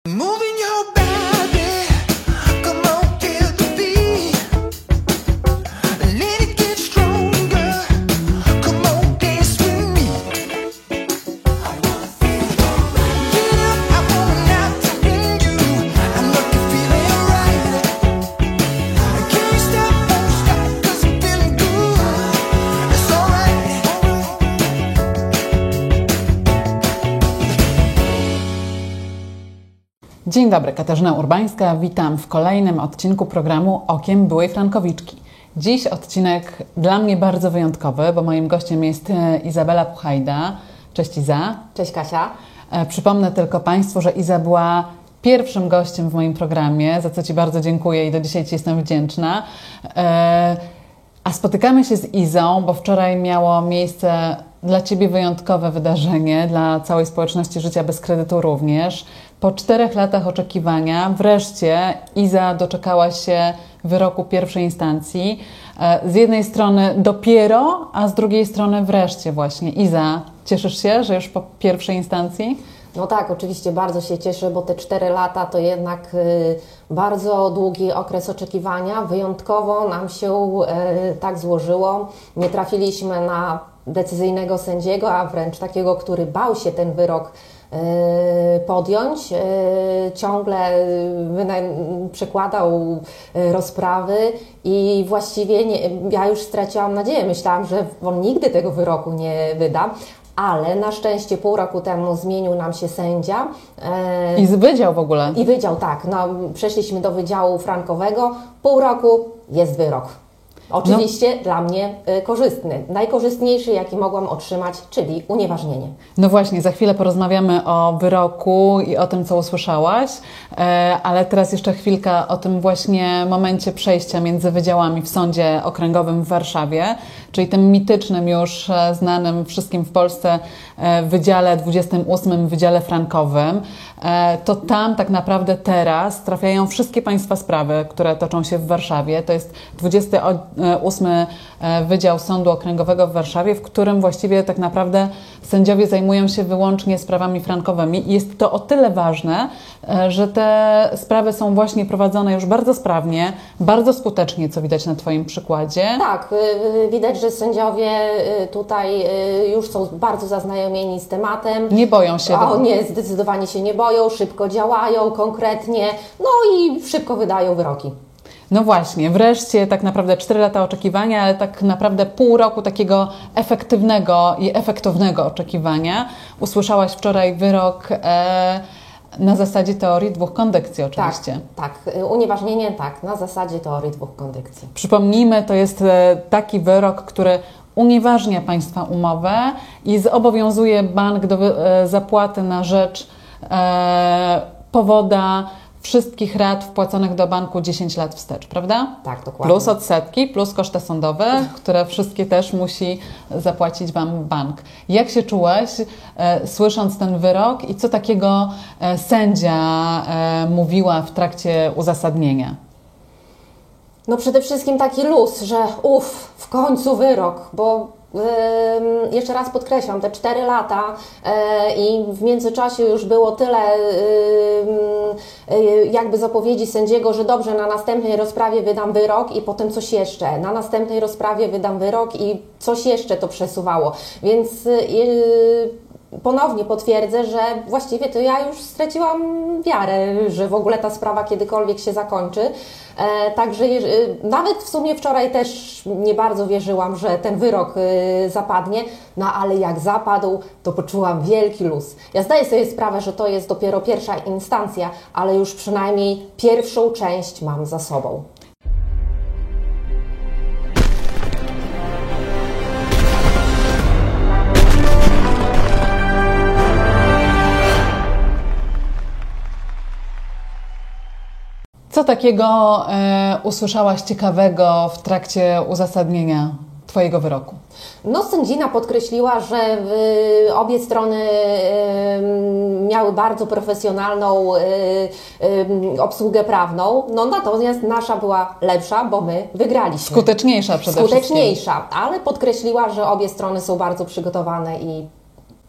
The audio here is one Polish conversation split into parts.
Moving your body, come on, feel the beat. Let it get stronger, come on, dance with me. I wanna feel alright. Get up, I wanna not to bring you. I know you're feeling right. I can't stop, won't stop, 'cause I'm feeling good. It's alright. Dzień dobry, Katarzyna Urbańska. Witam w kolejnym odcinku programu Okiem Byłej Frankowiczki. Dziś odcinek dla mnie bardzo wyjątkowy, bo moim gościem jest Izabela Puchajda. Cześć Iza. Cześć Kasia. Przypomnę tylko Państwu, że Iza była pierwszym gościem w moim programie, za co Ci bardzo dziękuję i do dzisiaj Ci jestem wdzięczna. A spotykamy się z Izą, bo wczoraj miało miejsce dla Ciebie wyjątkowe wydarzenie, dla całej społeczności Życia bez kredytu również. Po 4 latach oczekiwania wreszcie Iza doczekała się wyroku pierwszej instancji. Z jednej strony dopiero, a z drugiej strony wreszcie właśnie. Iza, cieszysz się, że już po pierwszej instancji? No tak, oczywiście bardzo się cieszę, bo te 4 lata to jednak bardzo długi okres oczekiwania. Wyjątkowo nam się tak złożyło. Nie trafiliśmy na decyzyjnego sędziego, a wręcz takiego, który bał się ten wyrok podjąć. Ciągle przekładał rozprawy i właściwie ja już straciłam nadzieję. Myślałam, że on nigdy tego wyroku nie wyda. Ale na szczęście pół roku temu zmienił nam się sędzia. I wydział w ogóle. I wydział, tak. No, przeszliśmy do wydziału frankowego. Pół roku jest wyrok. Oczywiście dla mnie korzystny. Najkorzystniejszy, jaki mogłam otrzymać, czyli unieważnienie. No właśnie, za chwilę porozmawiamy o wyroku i o tym, co usłyszałaś, ale teraz jeszcze chwilka o tym właśnie momencie przejścia między wydziałami w Sądzie Okręgowym w Warszawie, czyli tym mitycznym już znanym wszystkim w Polsce Wydziale 28, Wydziale Frankowym. To tam tak naprawdę teraz trafiają wszystkie Państwa sprawy, które toczą się w Warszawie. To jest 28 Wydział Sądu Okręgowego w Warszawie, w którym właściwie tak naprawdę sędziowie zajmują się wyłącznie sprawami frankowymi. I jest to o tyle ważne, że te sprawy są właśnie prowadzone już bardzo sprawnie, bardzo skutecznie, co widać na Twoim przykładzie. Tak, widać, że sędziowie tutaj już są bardzo zaznajomieni z tematem. Nie boją się. Nie, zdecydowanie się nie boją, szybko działają, konkretnie, no i szybko wydają wyroki. No właśnie, wreszcie tak naprawdę 4 lata oczekiwania, ale tak naprawdę pół roku takiego efektywnego i efektownego oczekiwania. Usłyszałaś wczoraj wyrok na zasadzie teorii 2 kondykcji oczywiście. Tak, unieważnienie tak, na zasadzie teorii 2 kondykcji. Przypomnijmy, to jest taki wyrok, który unieważnia Państwa umowę i zobowiązuje bank do zapłaty na rzecz powoda wszystkich rat wpłaconych do banku 10 lat wstecz, prawda? Tak, dokładnie. Plus odsetki, plus koszty sądowe, które wszystkie też musi zapłacić Wam bank. Jak się czułaś, słysząc ten wyrok i co takiego sędzia mówiła w trakcie uzasadnienia? No przede wszystkim taki luz, że w końcu wyrok, bo jeszcze raz podkreślam, te 4 lata i w międzyczasie już było tyle jakby zapowiedzi sędziego, że dobrze, na następnej rozprawie wydam wyrok i potem coś jeszcze, na następnej rozprawie wydam wyrok i coś jeszcze to przesuwało, więc ponownie potwierdzę, że właściwie to ja już straciłam wiarę, że w ogóle ta sprawa kiedykolwiek się zakończy. Także nawet w sumie wczoraj też nie bardzo wierzyłam, że ten wyrok zapadnie, no ale jak zapadł, to poczułam wielki luz. Ja zdaję sobie sprawę, że to jest dopiero pierwsza instancja, ale już przynajmniej pierwszą część mam za sobą. Co takiego usłyszałaś ciekawego w trakcie uzasadnienia Twojego wyroku? No, sędzina podkreśliła, że obie strony miały bardzo profesjonalną obsługę prawną, no natomiast nasza była lepsza, bo my wygraliśmy. Skuteczniejsza przede wszystkim. Skuteczniejsza, ale podkreśliła, że obie strony są bardzo przygotowane i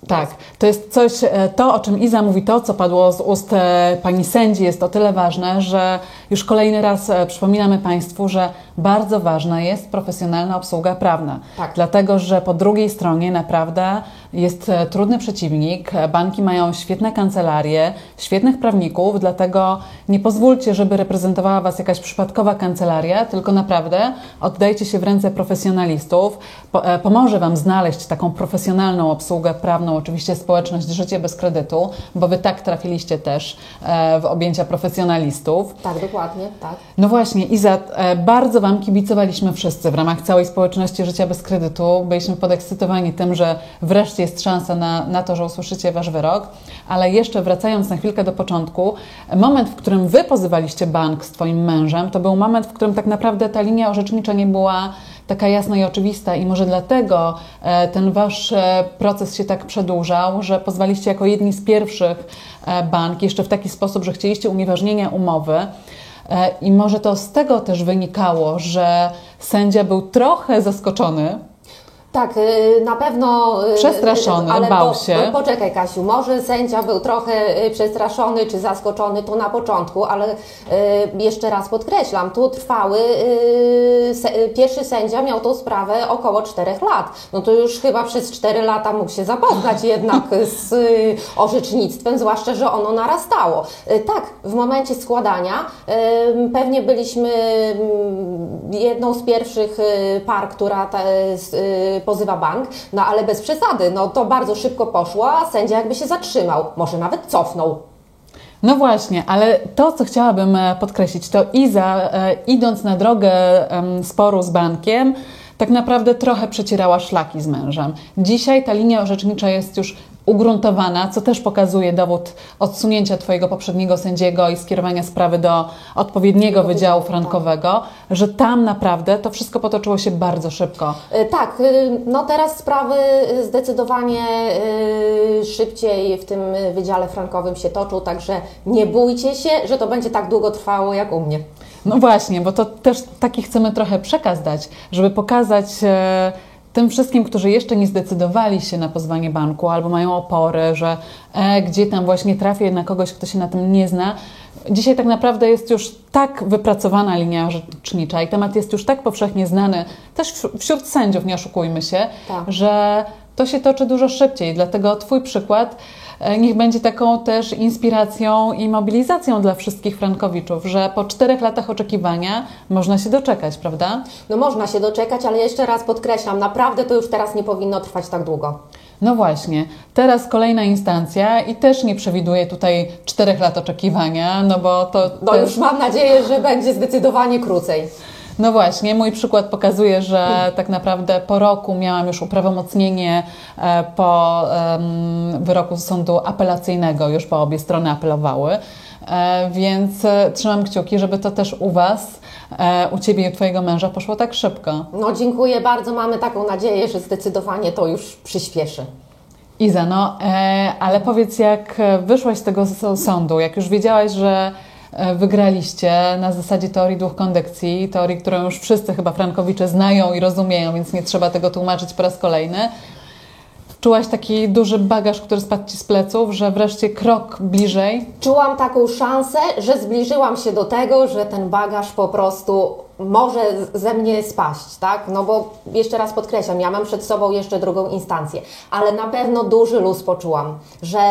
Tak, to jest coś, to o czym Iza mówi, to co padło z ust pani sędzi, jest o tyle ważne, że już kolejny raz przypominamy Państwu, że bardzo ważna jest profesjonalna obsługa prawna. Tak. Dlatego, że po drugiej stronie naprawdę jest trudny przeciwnik, banki mają świetne kancelarie, świetnych prawników, dlatego nie pozwólcie, żeby reprezentowała Was jakaś przypadkowa kancelaria, tylko naprawdę oddajcie się w ręce profesjonalistów. Pomoże Wam znaleźć taką profesjonalną obsługę prawną, oczywiście społeczność Życie bez kredytu, bo Wy tak trafiliście też w objęcia profesjonalistów. Tak, dokładnie, tak. No właśnie, Iza, bardzo Wam kibicowaliśmy wszyscy w ramach całej społeczności Życia bez kredytu. Byliśmy podekscytowani tym, że wreszcie jest szansa na to, że usłyszycie Wasz wyrok. Ale jeszcze wracając na chwilkę do początku, moment, w którym Wy pozywaliście bank z Twoim mężem, to był moment, w którym tak naprawdę ta linia orzecznicza nie była taka jasna i oczywista i może dlatego ten Wasz proces się tak przedłużał, że pozwaliście jako jedni z pierwszych bank jeszcze w taki sposób, że chcieliście unieważnienia umowy. I może to z tego też wynikało, że sędzia był trochę zaskoczony. Tak, na pewno... Przestraszony, ale bał się. Poczekaj, Kasiu, może sędzia był trochę przestraszony czy zaskoczony to na początku, ale jeszcze raz podkreślam, tu trwały... Pierwszy sędzia miał tą sprawę około 4 lat. No to już chyba przez 4 lata mógł się zapoznać jednak z orzecznictwem, zwłaszcza, że ono narastało. Tak, w momencie składania pewnie byliśmy jedną z pierwszych par, która pozywa bank, no ale bez przesady, no to bardzo szybko poszło, a sędzia jakby się zatrzymał, może nawet cofnął. No właśnie, ale to, co chciałabym podkreślić, to Iza, idąc na drogę sporu z bankiem, tak naprawdę trochę przecierała szlaki z mężem. Dzisiaj ta linia orzecznicza jest już ugruntowana, co też pokazuje dowód odsunięcia Twojego poprzedniego sędziego i skierowania sprawy do odpowiedniego wydziału frankowego, że tam naprawdę to wszystko potoczyło się bardzo szybko. Tak, no teraz sprawy zdecydowanie szybciej w tym wydziale frankowym się toczą, także nie bójcie się, że to będzie tak długo trwało jak u mnie. No właśnie, bo to też taki chcemy trochę przekaz dać, żeby pokazać tym wszystkim, którzy jeszcze nie zdecydowali się na pozwanie banku albo mają opory, że gdzie tam właśnie trafię na kogoś, kto się na tym nie zna. Dzisiaj tak naprawdę jest już tak wypracowana linia orzecznicza i temat jest już tak powszechnie znany, też wśród sędziów, nie oszukujmy się, tak, że to się toczy dużo szybciej. Dlatego Twój przykład niech będzie taką też inspiracją i mobilizacją dla wszystkich frankowiczów, że po 4 latach oczekiwania można się doczekać, prawda? No można się doczekać, ale jeszcze raz podkreślam, naprawdę to już teraz nie powinno trwać tak długo. No właśnie, teraz kolejna instancja i też nie przewiduje tutaj 4 lat oczekiwania, no bo to... No już mam nadzieję, że będzie zdecydowanie krócej. No właśnie, mój przykład pokazuje, że tak naprawdę po roku miałam już uprawomocnienie po wyroku sądu apelacyjnego, już po obie strony apelowały, więc trzymam kciuki, żeby to też u Was, u Ciebie i u Twojego męża poszło tak szybko. No dziękuję bardzo, mamy taką nadzieję, że zdecydowanie to już przyspieszy. Iza, no ale powiedz, jak wyszłaś z tego sądu, jak już wiedziałaś, że wygraliście na zasadzie teorii 2 kondykcji, teorii, którą już wszyscy chyba frankowicze znają i rozumieją, więc nie trzeba tego tłumaczyć po raz kolejny. Czułaś taki duży bagaż, który spadł Ci z pleców, że wreszcie krok bliżej? Czułam taką szansę, że zbliżyłam się do tego, że ten bagaż po prostu może ze mnie spaść, tak? No bo jeszcze raz podkreślam, ja mam przed sobą jeszcze drugą instancję, ale na pewno duży luz poczułam, że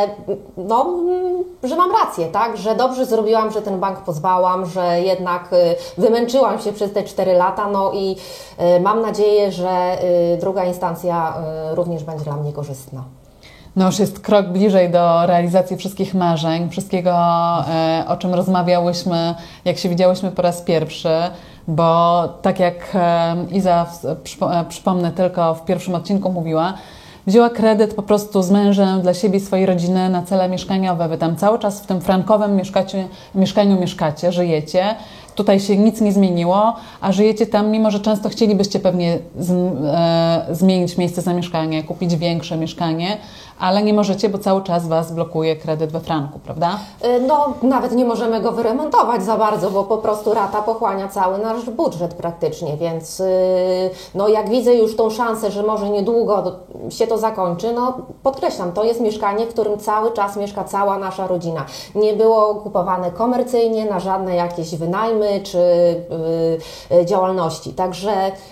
że mam rację, tak? Że dobrze zrobiłam, że ten bank pozwałam, że jednak wymęczyłam się przez te 4 lata, no i mam nadzieję, że druga instancja również będzie dla mnie korzystna. No już jest krok bliżej do realizacji wszystkich marzeń, wszystkiego, o czym rozmawiałyśmy, jak się widziałyśmy po raz pierwszy, bo tak jak Iza, przypomnę tylko, w pierwszym odcinku mówiła, wzięła kredyt po prostu z mężem dla siebie i swojej rodziny na cele mieszkaniowe. Wy tam cały czas w tym frankowym mieszkaniu mieszkacie, żyjecie. Tutaj się nic nie zmieniło, a żyjecie tam, mimo że często chcielibyście pewnie zmienić miejsce zamieszkania, kupić większe mieszkanie, ale nie możecie, bo cały czas Was blokuje kredyt we franku, prawda? No, nawet nie możemy go wyremontować za bardzo, bo po prostu rata pochłania cały nasz budżet praktycznie, więc no, jak widzę już tą szansę, że może niedługo się to zakończy, no podkreślam, to jest mieszkanie, w którym cały czas mieszka cała nasza rodzina. Nie było kupowane komercyjnie, na żadne jakieś wynajmy czy działalności, także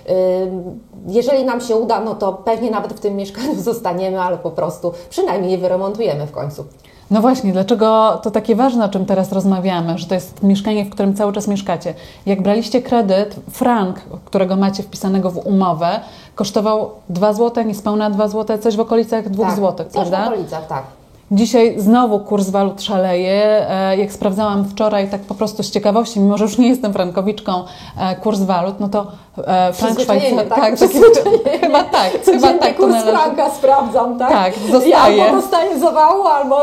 jeżeli nam się uda, no to pewnie nawet w tym mieszkaniu zostaniemy, ale po prostu przynajmniej je wyremontujemy w końcu. No właśnie, dlaczego to takie ważne, o czym teraz rozmawiamy, że to jest mieszkanie, w którym cały czas mieszkacie. Jak braliście kredyt, frank, którego macie wpisanego w umowę, kosztował 2 zł, niespełna 2 zł, coś w okolicach 2 zł, prawda? Coś w okolicach, tak. Dzisiaj znowu kurs walut szaleje. Jak sprawdzałam wczoraj, tak po prostu z ciekawości, mimo że już nie jestem frankowiczką, kurs walut, no to frank szwajcarski. Tak, chyba tak. Chyba tak kurs franka sprawdzam, tak? Tak, zostaje. Ja albo dostaję zawału,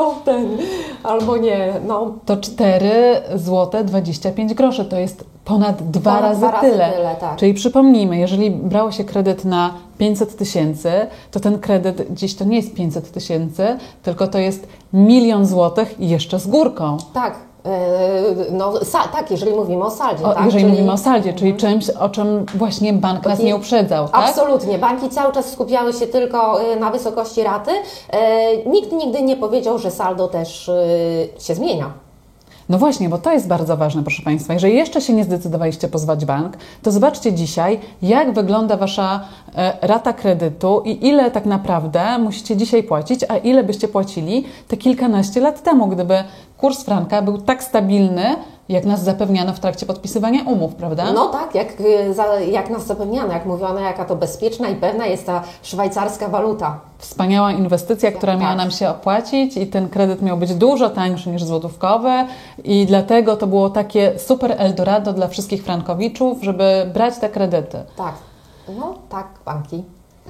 albo nie. No. To 4 zł 25 groszy, to jest ponad dwa razy tyle. Tak. Czyli przypomnijmy, jeżeli brało się kredyt na 500 000, to ten kredyt dziś to nie jest 500 000, tylko to jest 1 000 000 złotych i jeszcze z górką. Tak. No, tak, jeżeli mówimy o saldzie. Tak? Jeżeli mówimy o saldzie, czyli czymś, o czym właśnie bank nas nie uprzedzał, tak? Absolutnie. Banki cały czas skupiały się tylko na wysokości raty. Nikt nigdy nie powiedział, że saldo też się zmienia. No właśnie, bo to jest bardzo ważne, proszę Państwa. Jeżeli jeszcze się nie zdecydowaliście pozwać bank, to zobaczcie dzisiaj, jak wygląda Wasza rata kredytu i ile tak naprawdę musicie dzisiaj płacić, a ile byście płacili te kilkanaście lat temu, gdyby kurs franka był tak stabilny, jak nas zapewniano w trakcie podpisywania umów, prawda? No tak, jak nas zapewniano, jak mówiono, jaka to bezpieczna i pewna jest ta szwajcarska waluta. Wspaniała inwestycja, która miała nam się opłacić i ten kredyt miał być dużo tańszy niż złotówkowy i dlatego to było takie super Eldorado dla wszystkich frankowiczów, żeby brać te kredyty. Tak, no tak, banki.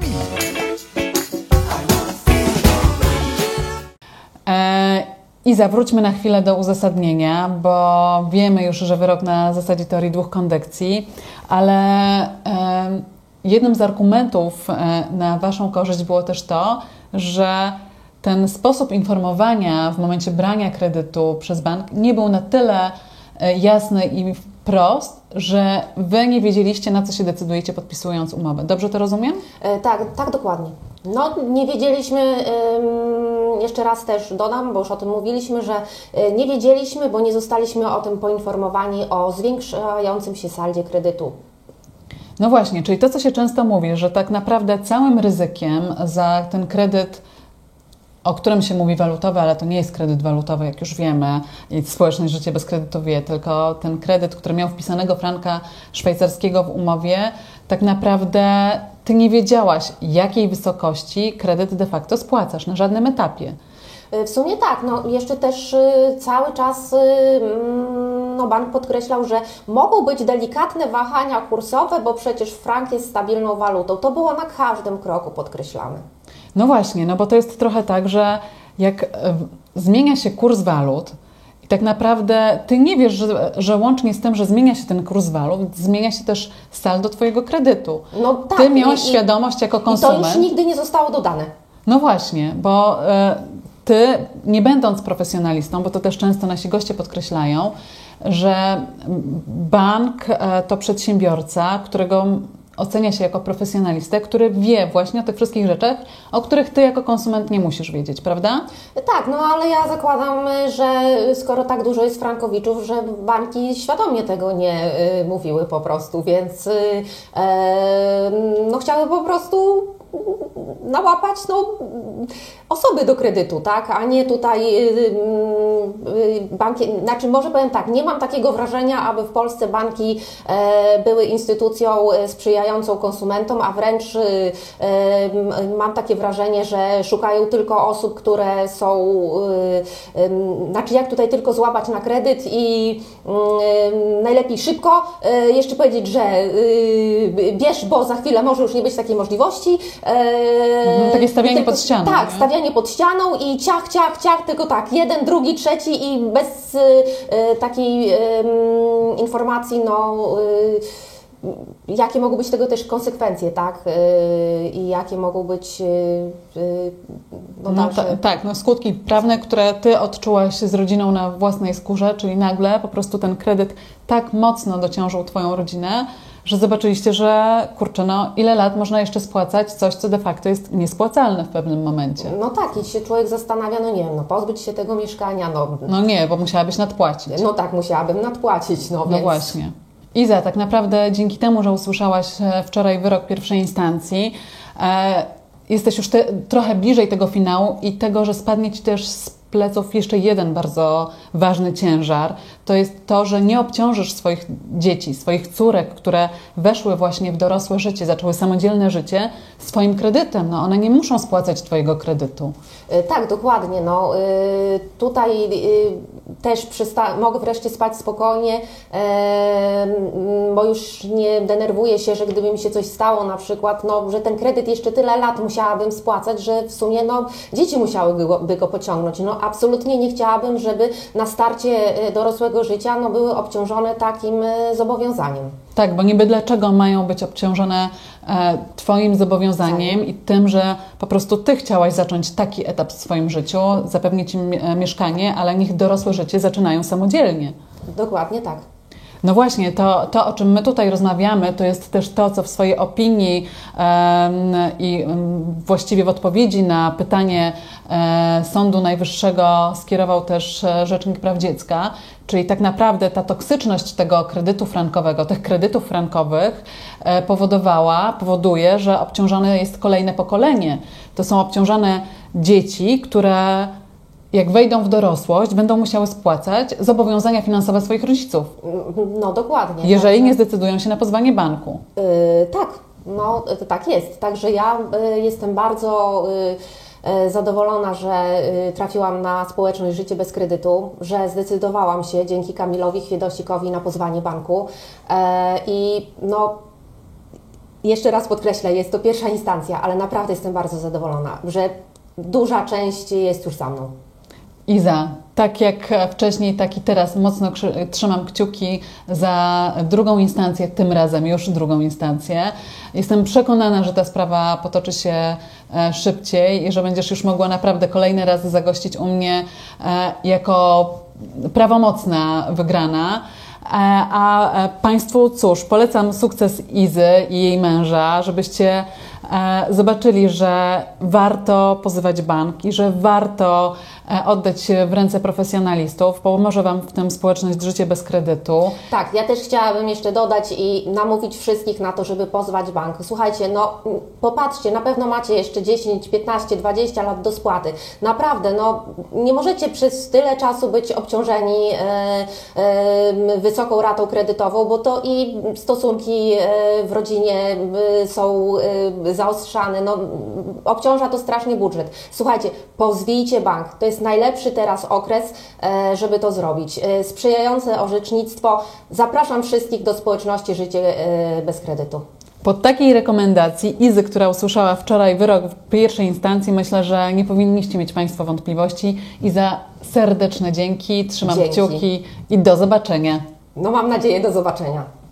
I zawróćmy na chwilę do uzasadnienia, bo wiemy już, że wyrok na zasadzie teorii 2 kondekcji, ale jednym z argumentów na Waszą korzyść było też to, że ten sposób informowania w momencie brania kredytu przez bank nie był na tyle jasny i prost, że Wy nie wiedzieliście, na co się decydujecie, podpisując umowę. Dobrze to rozumiem? Tak, dokładnie. No, nie wiedzieliśmy, jeszcze raz też dodam, bo już o tym mówiliśmy, że nie wiedzieliśmy, bo nie zostaliśmy o tym poinformowani o zwiększającym się saldzie kredytu. No właśnie, czyli to, co się często mówi, że tak naprawdę całym ryzykiem za ten kredyt, o którym się mówi walutowy, ale to nie jest kredyt walutowy, jak już wiemy, i społeczność Życie bez kredytu wie, tylko ten kredyt, który miał wpisanego franka szwajcarskiego w umowie, tak naprawdę Ty nie wiedziałaś, jakiej wysokości kredyt de facto spłacasz na żadnym etapie. W sumie tak, no jeszcze też cały czas no, bank podkreślał, że mogą być delikatne wahania kursowe, bo przecież frank jest stabilną walutą. To było na każdym kroku podkreślane. No właśnie, no bo to jest trochę tak, że jak zmienia się kurs walut i tak naprawdę Ty nie wiesz, że łącznie z tym, że zmienia się ten kurs walut, zmienia się też saldo Twojego kredytu. No tak, Ty miałaś świadomość jako konsument. I to już nigdy nie zostało dodane. No właśnie, bo Ty, nie będąc profesjonalistą, bo to też często nasi goście podkreślają, że bank to przedsiębiorca, którego ocenia się jako profesjonalistę, który wie właśnie o tych wszystkich rzeczach, o których Ty jako konsument nie musisz wiedzieć, prawda? Tak, no ale ja zakładam, że skoro tak dużo jest frankowiczów, że banki świadomie tego nie mówiły po prostu, więc no chciały po prostu nałapać osoby do kredytu, tak, a nie tutaj banki, znaczy może powiem tak, nie mam takiego wrażenia, aby w Polsce banki były instytucją sprzyjającą konsumentom, a wręcz mam takie wrażenie, że szukają tylko osób, które są, znaczy jak tutaj tylko złapać na kredyt i najlepiej szybko, jeszcze powiedzieć, że bierz, bo za chwilę może już nie być takiej możliwości. Takie stawianie pod ścianą. Tak, nie? Stawianie pod ścianą i ciach, tylko tak, jeden, drugi, trzeci i bez takiej informacji, jakie mogą być tego też konsekwencje, tak? I jakie mogą być dalsze... Tak, no skutki prawne, które Ty odczułaś z rodziną na własnej skórze, czyli nagle po prostu ten kredyt tak mocno dociążył Twoją rodzinę, że zobaczyliście, że kurczę, no ile lat można jeszcze spłacać coś, co de facto jest niespłacalne w pewnym momencie. No tak, i się człowiek zastanawia, no nie wiem, no pozbyć się tego mieszkania, No nie, bo musiałabyś nadpłacić. No tak, musiałabym nadpłacić, no No więc... właśnie. Iza, tak naprawdę dzięki temu, że usłyszałaś wczoraj wyrok pierwszej instancji, jesteś już trochę bliżej tego finału i tego, że spadnie Ci też z pleców jeszcze jeden bardzo ważny ciężar. To jest to, że nie obciążysz swoich dzieci, swoich córek, które weszły właśnie w dorosłe życie, zaczęły samodzielne życie, swoim kredytem. No, one nie muszą spłacać Twojego kredytu. Tak, dokładnie. No, tutaj też mogę wreszcie spać spokojnie, bo już nie denerwuję się, że gdyby mi się coś stało, na przykład, no, że ten kredyt jeszcze tyle lat musiałabym spłacać, że w sumie no, dzieci musiałyby go pociągnąć. No, absolutnie nie chciałabym, żeby na starcie dorosłego życia no, były obciążone takim zobowiązaniem. Tak, bo niby dlaczego mają być obciążone Twoim zobowiązaniem i tym, że po prostu Ty chciałaś zacząć taki etap w swoim życiu, zapewnić im mieszkanie, ale niech dorosłe życie zaczynają samodzielnie. Dokładnie tak. No właśnie, to o czym my tutaj rozmawiamy, to jest też to, co w swojej opinii i właściwie w odpowiedzi na pytanie Sądu Najwyższego skierował też Rzecznik Praw Dziecka, czyli tak naprawdę ta toksyczność tego kredytu frankowego, tych kredytów frankowych powoduje, że obciążone jest kolejne pokolenie. To są obciążane dzieci, które jak wejdą w dorosłość, będą musiały spłacać zobowiązania finansowe swoich rodziców. No dokładnie. Jeżeli nie zdecydują się na pozwanie banku. Tak, no tak jest. Także ja jestem bardzo zadowolona, że trafiłam na społeczność Życie bez kredytu, że zdecydowałam się dzięki Kamilowi Chwiedosikowi na pozwanie banku i no jeszcze raz podkreślę, jest to pierwsza instancja, ale naprawdę jestem bardzo zadowolona, że duża część jest już za mną. Iza, tak jak wcześniej, tak i teraz mocno trzymam kciuki za drugą instancję, tym razem już drugą instancję. Jestem przekonana, że ta sprawa potoczy się szybciej i że będziesz już mogła naprawdę kolejny raz zagościć u mnie jako prawomocna wygrana. A Państwu, cóż, polecam sukces Izy i jej męża, żebyście zobaczyli, że warto pozywać bank i że warto oddać się w ręce profesjonalistów. Pomoże Wam w tym społeczność Życie bez kredytu. Tak, ja też chciałabym jeszcze dodać i namówić wszystkich na to, żeby pozwać bank. Słuchajcie, no popatrzcie, na pewno macie jeszcze 10, 15, 20 lat do spłaty. Naprawdę, no nie możecie przez tyle czasu być obciążeni wysoką ratą kredytową, bo to i stosunki w rodzinie są zaostrzane, no obciąża to strasznie budżet. Słuchajcie, pozwijcie bank, to jest najlepszy teraz okres, żeby to zrobić. Sprzyjające orzecznictwo. Zapraszam wszystkich do społeczności Życie bez kredytu. Po takiej rekomendacji Izy, która usłyszała wczoraj wyrok w pierwszej instancji, myślę, że nie powinniście mieć Państwo wątpliwości. Iza, serdeczne dzięki, trzymam kciuki i do zobaczenia. No mam nadzieję, do zobaczenia.